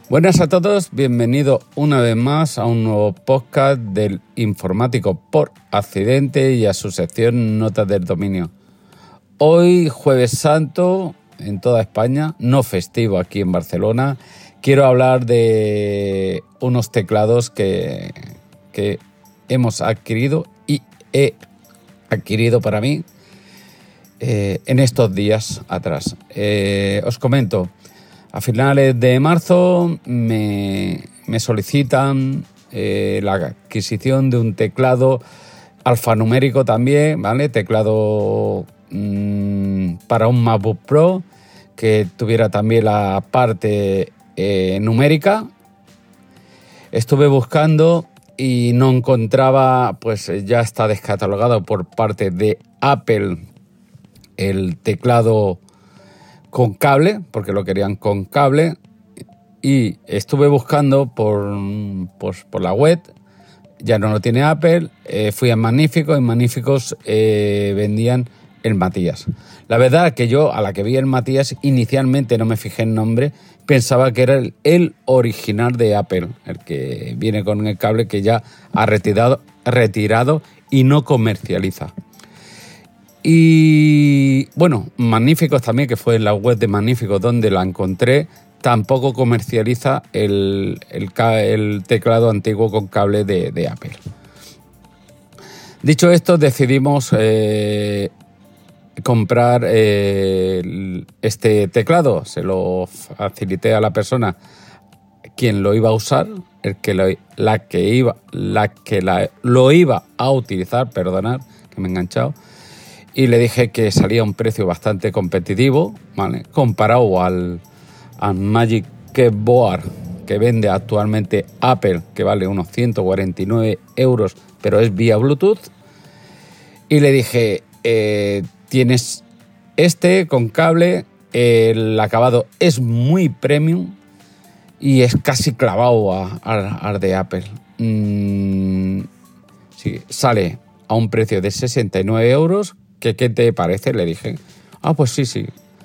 Buenas a todos, bienvenido una vez más a un nuevo podcast del Informático por Accidente y a su sección Notas del Dominio. Hoy, Jueves Santo, en toda España, no festivo aquí en Barcelona, quiero hablar de unos teclados que hemos adquirido y he adquirido para mí en estos días atrás. Os comento. A finales de marzo me solicitan la adquisición de un teclado alfanumérico también, ¿vale? Teclado para un MacBook Pro que tuviera también la parte numérica. Estuve buscando y no encontraba, pues ya está descatalogado por parte de Apple el teclado con cable, porque lo querían con cable, y estuve buscando por la web, ya no lo tiene Apple, fui a Magníficos, en Magníficos vendían el Matías. La verdad que yo, a la que vi el Matías, inicialmente no me fijé en nombre, pensaba que era el original de Apple, el que viene con el cable que ya ha retirado y no comercializa. Y bueno, Magníficos también, que fue en la web de Magníficos donde la encontré, tampoco comercializa el teclado antiguo con cable de Apple. Dicho esto, decidimos comprar este teclado. Se lo facilité a la persona quien lo iba a usar, lo iba a utilizar, perdonad que me he enganchado. Y le dije que salía a un precio bastante competitivo, ¿vale? Comparado al Magic Keyboard que vende actualmente Apple, que vale unos 149 €, pero es vía Bluetooth. Y le dije, tienes este con cable, el acabado es muy premium y es casi clavado al de Apple. Sí, sale a un precio de 69 €. ¿Qué te parece? Le dije. Pues sí.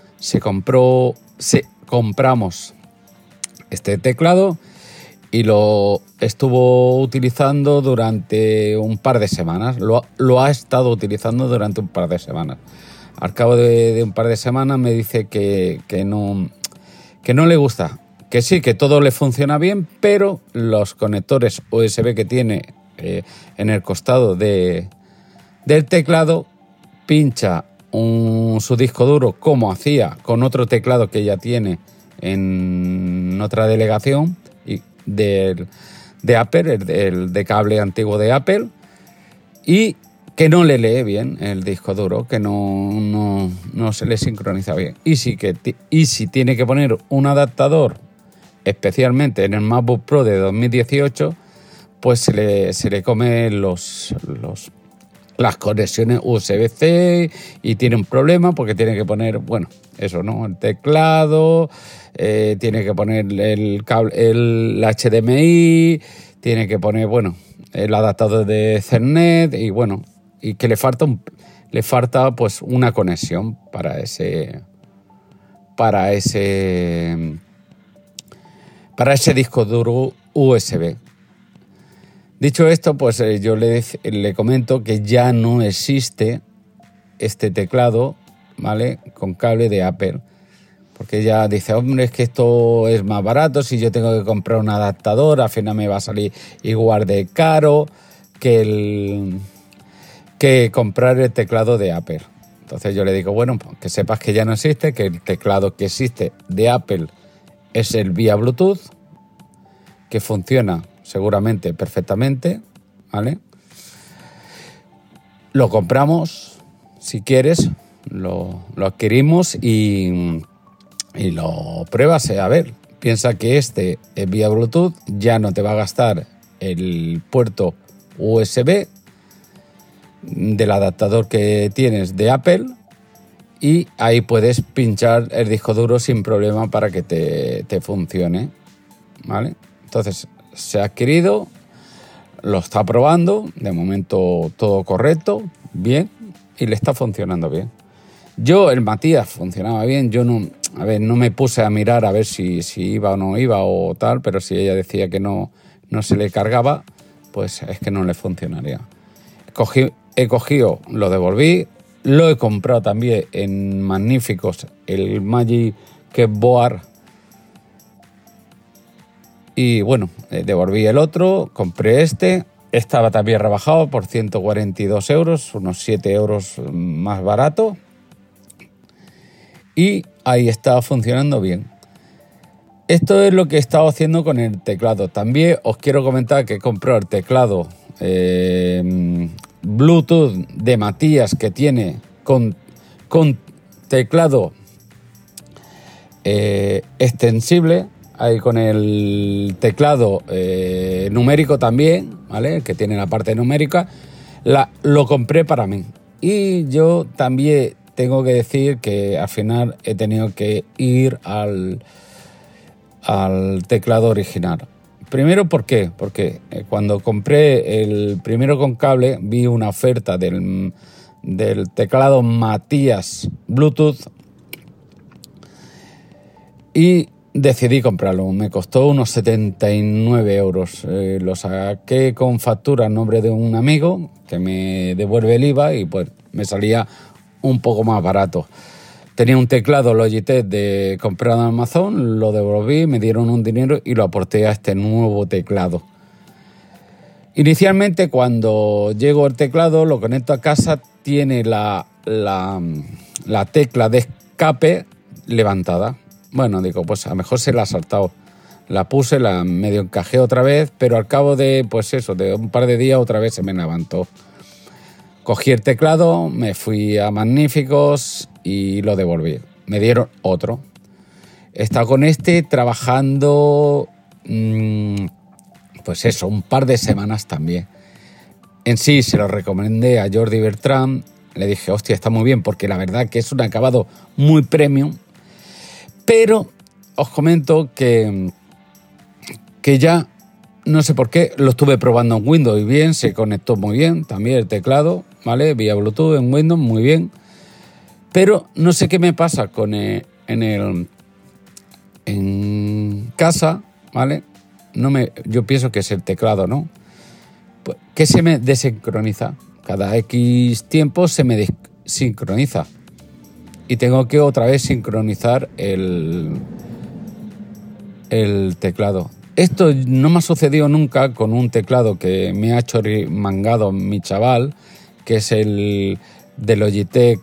Compramos este teclado y lo estuvo utilizando durante un par de semanas. Lo ha estado utilizando durante un par de semanas. Al cabo de un par de semanas me dice que no le gusta. Que sí, que todo le funciona bien, pero los conectores USB que tiene en el costado del teclado pincha su disco duro como hacía con otro teclado que ya tiene en otra delegación de Apple, el de cable antiguo de Apple, y que no le lee bien el disco duro, que no se le sincroniza bien. Y si tiene que poner un adaptador, especialmente en el MacBook Pro de 2018, pues se le come las conexiones USB-C y tiene un problema porque tiene que poner, el teclado, tiene que poner el cable, el HDMI, tiene que poner, el adaptador de Ethernet y que le falta pues una conexión para ese disco duro USB. Dicho esto, pues yo le comento que ya no existe este teclado, ¿vale?, con cable de Apple. Porque ella dice, hombre, es que esto es más barato, si yo tengo que comprar un adaptador, al final me va a salir igual de caro que comprar el teclado de Apple. Entonces yo le digo, pues que sepas que ya no existe, que el teclado que existe de Apple es el vía Bluetooth, que funciona seguramente perfectamente, ¿vale? Lo compramos, si quieres, lo adquirimos y lo pruebas. A ver, piensa que este es vía Bluetooth, ya no te va a gastar el puerto USB del adaptador que tienes de Apple y ahí puedes pinchar el disco duro sin problema para que te funcione, ¿vale? Entonces, se ha adquirido, lo está probando, de momento todo correcto, bien, y le está funcionando bien. El Matías funcionaba bien, yo no me puse a mirar a ver si iba o no iba o tal, pero si ella decía que no se le cargaba, pues es que no le funcionaría. He cogido, lo devolví, lo he comprado también en Magníficos, el Magic Board. Y bueno, devolví el otro, compré este. Estaba también rebajado por 142 euros, unos 7 euros más barato. Y ahí estaba funcionando bien. Esto es lo que he estado haciendo con el teclado. También os quiero comentar que he comprado el teclado Bluetooth de Matías, que tiene con teclado extensible. Ahí con el teclado numérico también, ¿vale? Que tiene la parte numérica. Lo compré para mí. Y yo también tengo que decir que al final he tenido que ir al teclado original. Primero, ¿por qué? Porque cuando compré el primero con cable vi una oferta del teclado Matías Bluetooth y decidí comprarlo. Me costó unos 79 euros. Lo saqué con factura a nombre de un amigo que me devuelve el IVA y pues me salía un poco más barato. Tenía un teclado Logitech comprado en Amazon, lo devolví, me dieron un dinero y lo aporté a este nuevo teclado. Inicialmente, cuando llego el teclado, lo conecto a casa, tiene la tecla de escape levantada. Bueno, digo, pues a lo mejor se la ha saltado. La puse, la medio encajé otra vez, pero al cabo de, pues eso, de un par de días otra vez se me levantó. Cogí el teclado, me fui a Magníficos y lo devolví. Me dieron otro. He estado con este trabajando, pues eso, un par de semanas también. En sí se lo recomendé a Jordi Bertram. Le dije, hostia, está muy bien, porque la verdad que es un acabado muy premium. Pero os comento que ya, no sé por qué, lo estuve probando en Windows y bien, se conectó muy bien también el teclado, ¿vale? Vía Bluetooth en Windows, muy bien. Pero no sé qué me pasa en casa, ¿vale? Yo pienso que es el teclado, ¿no? Pues, que se me desincroniza. Cada X tiempo se me desincroniza. Y tengo que otra vez sincronizar el teclado. Esto no me ha sucedido nunca con un teclado que me ha hecho mangado mi chaval, que es el de Logitech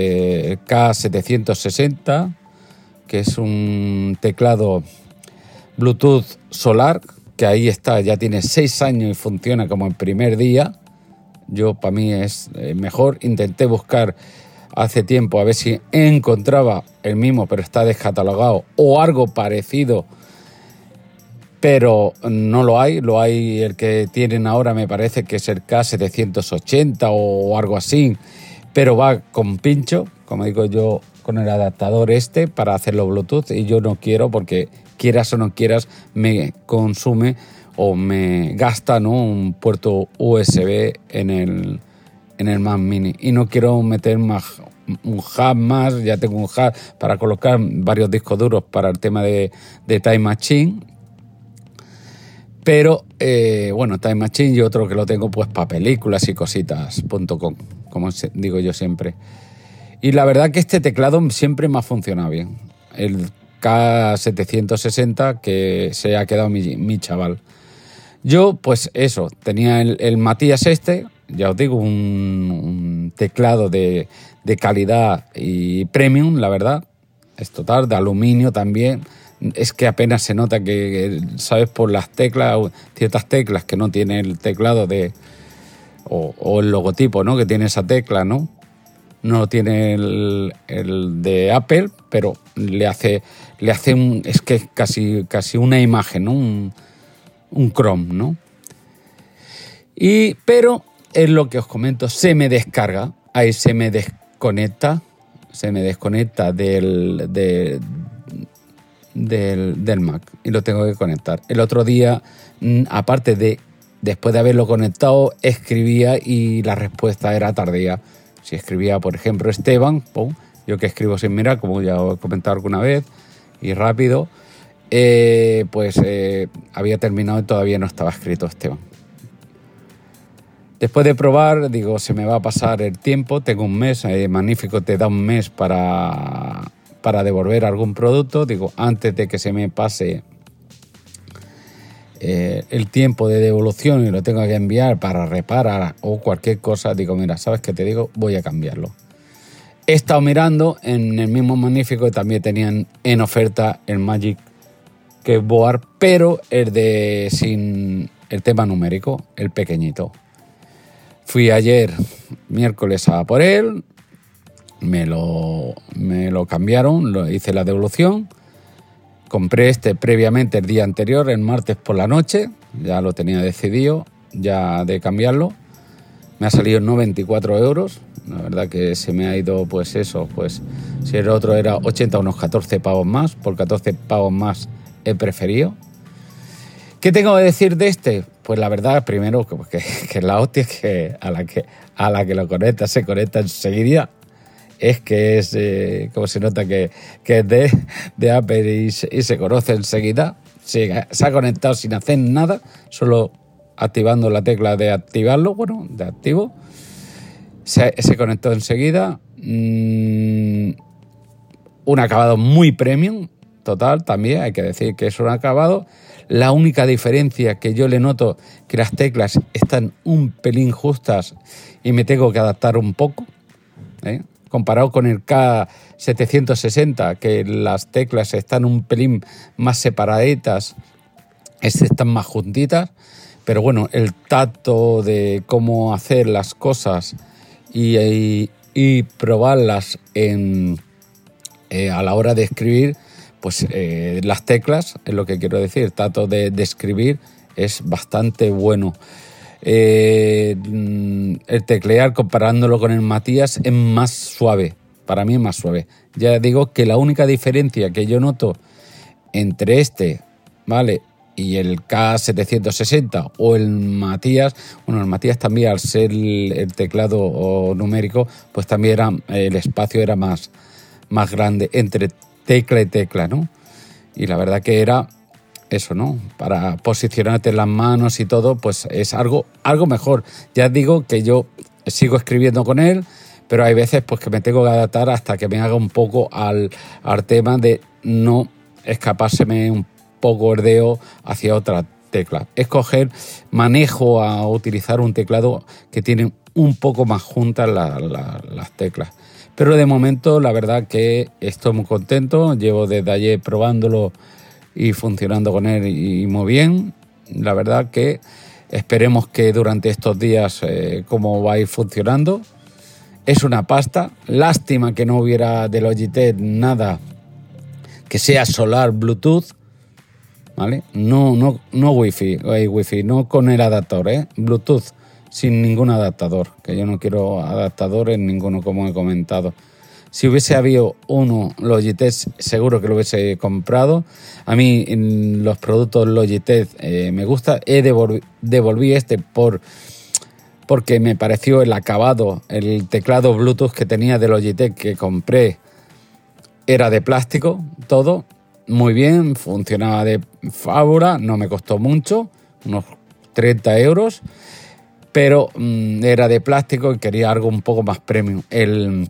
K760, que es un teclado Bluetooth Solar, que ahí está, ya tiene 6 años y funciona como el primer día. Para mí es mejor. Intenté buscar hace tiempo a ver si encontraba el mismo, pero está descatalogado o algo parecido, pero no lo hay. Lo hay el que tienen ahora, me parece que es el K780 o algo así, pero va con pincho, como digo yo, con el adaptador para hacerlo Bluetooth, y yo no quiero, porque quieras o no quieras me consume o me gasta, ¿no?, un puerto USB en el Mac Mini, y no quiero meter un hub más. Ya tengo un hub para colocar varios discos duros para el tema de Time Machine, pero bueno, Time Machine y otro que lo tengo pues para películas y cositas.com, como digo yo siempre. Y la verdad que este teclado siempre me ha funcionado bien, el K760, que se ha quedado mi chaval. Yo pues eso, tenía el Matías ya os digo, un teclado de calidad y premium, la verdad, es total, de aluminio también. Es que apenas se nota que, ¿sabes?, por las teclas, ciertas teclas que no tiene el teclado o el logotipo, ¿no?, que tiene esa tecla, ¿no? No tiene el de Apple, pero le hace es que es casi una imagen, ¿no?, un Chrome, ¿no? Pero es lo que os comento, se me descarga, ahí se me desconecta del Mac y lo tengo que conectar. El otro día, aparte después de haberlo conectado, escribía y la respuesta era tardía. Si escribía, por ejemplo, Esteban, Yo que escribo sin mirar, como ya os he comentado alguna vez, y rápido, había terminado y todavía no estaba escrito, Esteban. Después de probar, digo, se me va a pasar el tiempo, tengo un mes, Magnífico te da un mes para devolver algún producto, digo, antes de que se me pase el tiempo de devolución y lo tengo que enviar para reparar o cualquier cosa, digo, mira, ¿sabes qué te digo? Voy a cambiarlo. He estado mirando en el mismo Magnífico, también tenían en oferta el Magic Keyboard, pero sin el tema numérico, el pequeñito. Fui ayer, miércoles, a por él, me lo cambiaron, hice la devolución, compré previamente el día anterior, el martes por la noche, ya lo tenía decidido, ya de cambiarlo, me ha salido 94 euros, la verdad que se me ha ido si el otro era 80, unos 14 pavos más, por 14 pavos más he preferido. ¿Qué tengo que decir de este? Pues la verdad, primero, que la hostia es que a la que lo conecta, se conecta enseguida. Es que es, como se nota que es de Apple y se conoce enseguida. Se ha conectado sin hacer nada, solo activando la tecla de activarlo, de activo. Se conectó enseguida. Un acabado muy premium, total, también hay que decir que es un acabado. La única diferencia que yo le noto que las teclas están un pelín justas y me tengo que adaptar un poco, comparado con el K760, que las teclas están un pelín más separaditas, están más juntitas, pero bueno, el tacto de cómo hacer las cosas y probarlas a la hora de escribir, las teclas, es lo que quiero decir, el tacto de escribir es bastante bueno. El teclear, comparándolo con el Matías, es más suave, para mí es más suave. Ya digo que la única diferencia que yo noto entre ¿vale?, y el K760 o el Matías, el Matías también, al ser el teclado numérico, pues también el espacio era más grande entre tecla y tecla, ¿no? Y la verdad que era eso, ¿no? Para posicionarte en las manos y todo, pues es algo mejor. Ya digo que yo sigo escribiendo con él, pero hay veces pues que me tengo que adaptar hasta que me haga un poco al tema de no escapárseme un poco el dedo hacia otra tecla. Escoger, manejo a utilizar un teclado que tiene un poco más juntas las teclas. Pero de momento la verdad que estoy muy contento, llevo desde ayer probándolo y funcionando con él y muy bien. La verdad que esperemos que durante estos días cómo va a ir funcionando. Es una pasta, lástima que no hubiera de Logitech nada que sea solar Bluetooth, ¿vale? No Wi-Fi, no con el adaptador, Bluetooth, sin ningún adaptador, que yo no quiero adaptadores ninguno, como he comentado. Si hubiese habido uno Logitech, seguro que lo hubiese comprado. A mí en los productos Logitech me gusta. Devolví porque me pareció el acabado, el teclado Bluetooth que tenía de Logitech que compré era de plástico, todo muy bien, funcionaba de fábula, no me costó mucho, unos 30 euros. Pero era de plástico y quería algo un poco más premium. El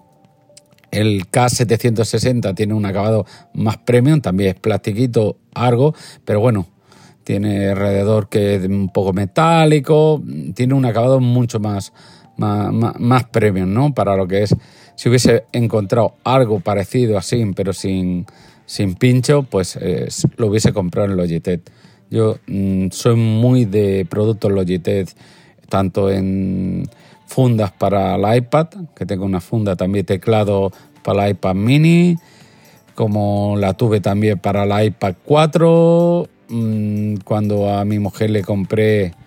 K760 tiene un acabado más premium, también es plastiquito, algo, pero bueno, tiene alrededor que es un poco metálico, tiene un acabado mucho más premium, ¿no? Para lo que es, si hubiese encontrado algo parecido así, pero sin pincho, pues lo hubiese comprado en Logitech. Yo soy muy de productos Logitech, tanto en fundas para el iPad, que tengo una funda también teclado para el iPad mini, como la tuve también para el iPad 4, cuando a mi mujer le compré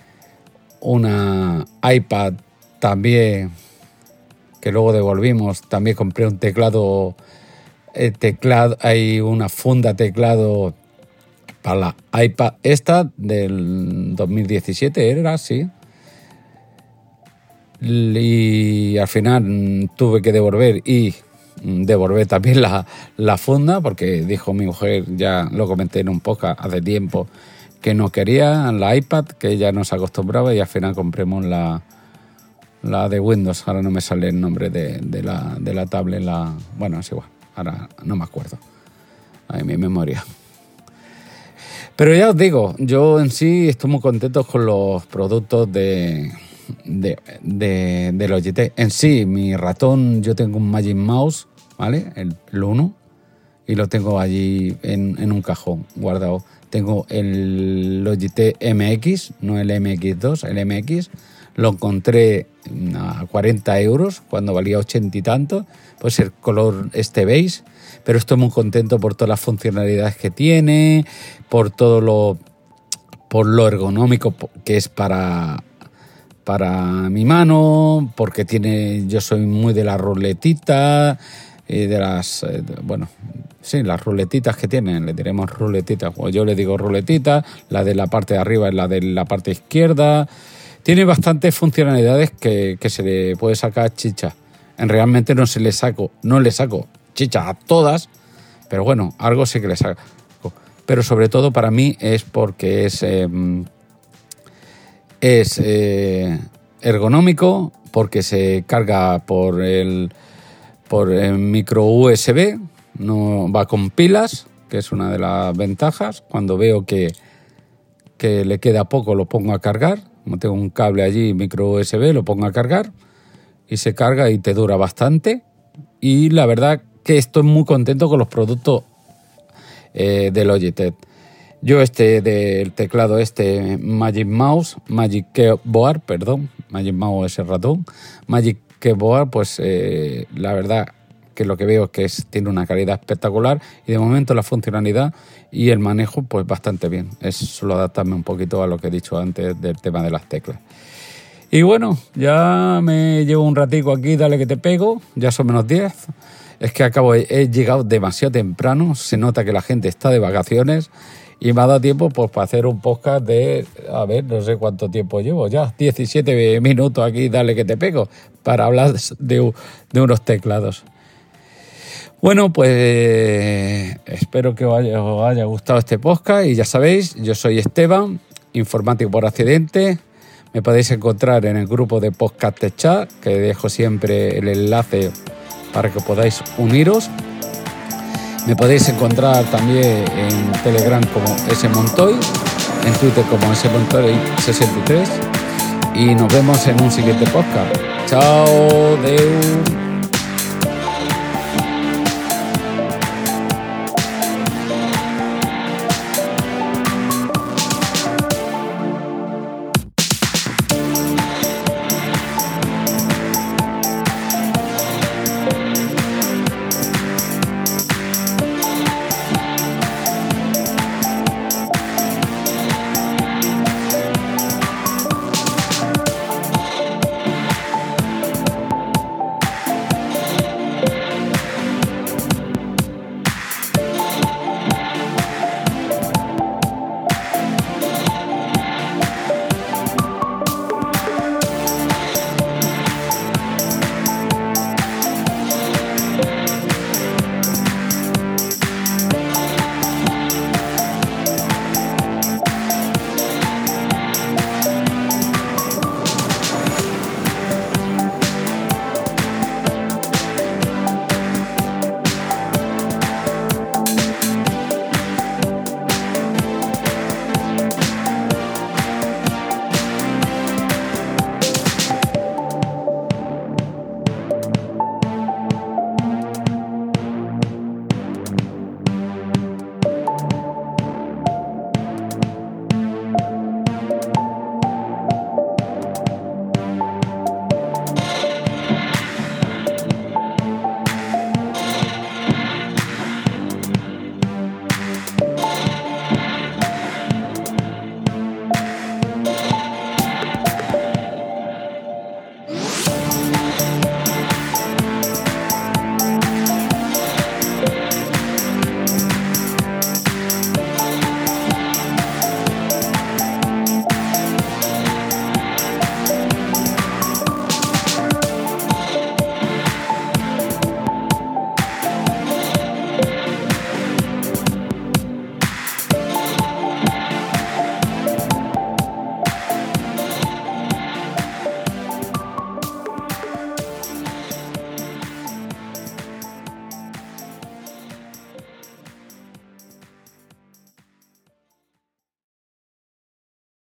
una iPad también, que luego devolvimos, también compré un teclado, hay una funda teclado para la iPad del 2017, era así. Y al final tuve que devolver y devolver también la funda, porque dijo mi mujer, ya lo comenté en un podcast hace tiempo, que no quería la iPad, que ella no se acostumbraba, y al final compremos la de Windows. Ahora no me sale el nombre de la tablet, bueno, es igual, ahora no me acuerdo. Ay, mi memoria. Pero ya os digo, yo en sí estoy muy contento con los productos de Logitech. En sí, mi ratón, yo tengo un Magic Mouse, ¿vale? El 1, y lo tengo allí en un cajón guardado. Tengo el Logitech MX, no el MX2, el MX. Lo encontré a 40 euros cuando valía 80 y tanto. Pues el color beige. Pero estoy muy contento por todas las funcionalidades que tiene, por lo ergonómico que es para mi mano, porque yo soy muy de la ruletita, de las, las ruletitas que tienen, le diremos ruletitas, o yo le digo ruletita, la de la parte de arriba es la de la parte izquierda. Tiene bastantes funcionalidades que se le puede sacar chicha. Realmente no le saco chicha a todas, pero bueno, algo sí que le saco. Pero sobre todo para mí es porque es ergonómico, porque se carga por el micro USB, no va con pilas, que es una de las ventajas. Cuando veo que le queda poco, lo pongo a cargar. Como tengo un cable allí, micro USB, lo pongo a cargar y se carga y te dura bastante. Y la verdad que estoy muy contento con los productos de Logitech. Yo del teclado Magic Mouse, Magic Keyboard, Magic Mouse es el ratón, Magic Keyboard, pues la verdad que lo que veo es que tiene una calidad espectacular, y de momento la funcionalidad y el manejo pues bastante bien. Es solo adaptarme un poquito a lo que he dicho antes del tema de las teclas. Y bueno, ya me llevo un ratico aquí, dale que te pego, ya son menos 10. Es que he llegado demasiado temprano, se nota que la gente está de vacaciones y me ha dado tiempo pues para hacer un podcast no sé cuánto tiempo llevo ya, 17 minutos aquí, dale que te pego, para hablar de unos teclados. Bueno, pues espero que os haya gustado este podcast, y ya sabéis, yo soy Esteban, informático por accidente. Me podéis encontrar en el grupo de Podcast de Chat, que dejo siempre el enlace para que podáis uniros. Me podéis encontrar también en Telegram como smontoy, en Twitter como smontoy63, y nos vemos en un siguiente podcast. Chao, deu.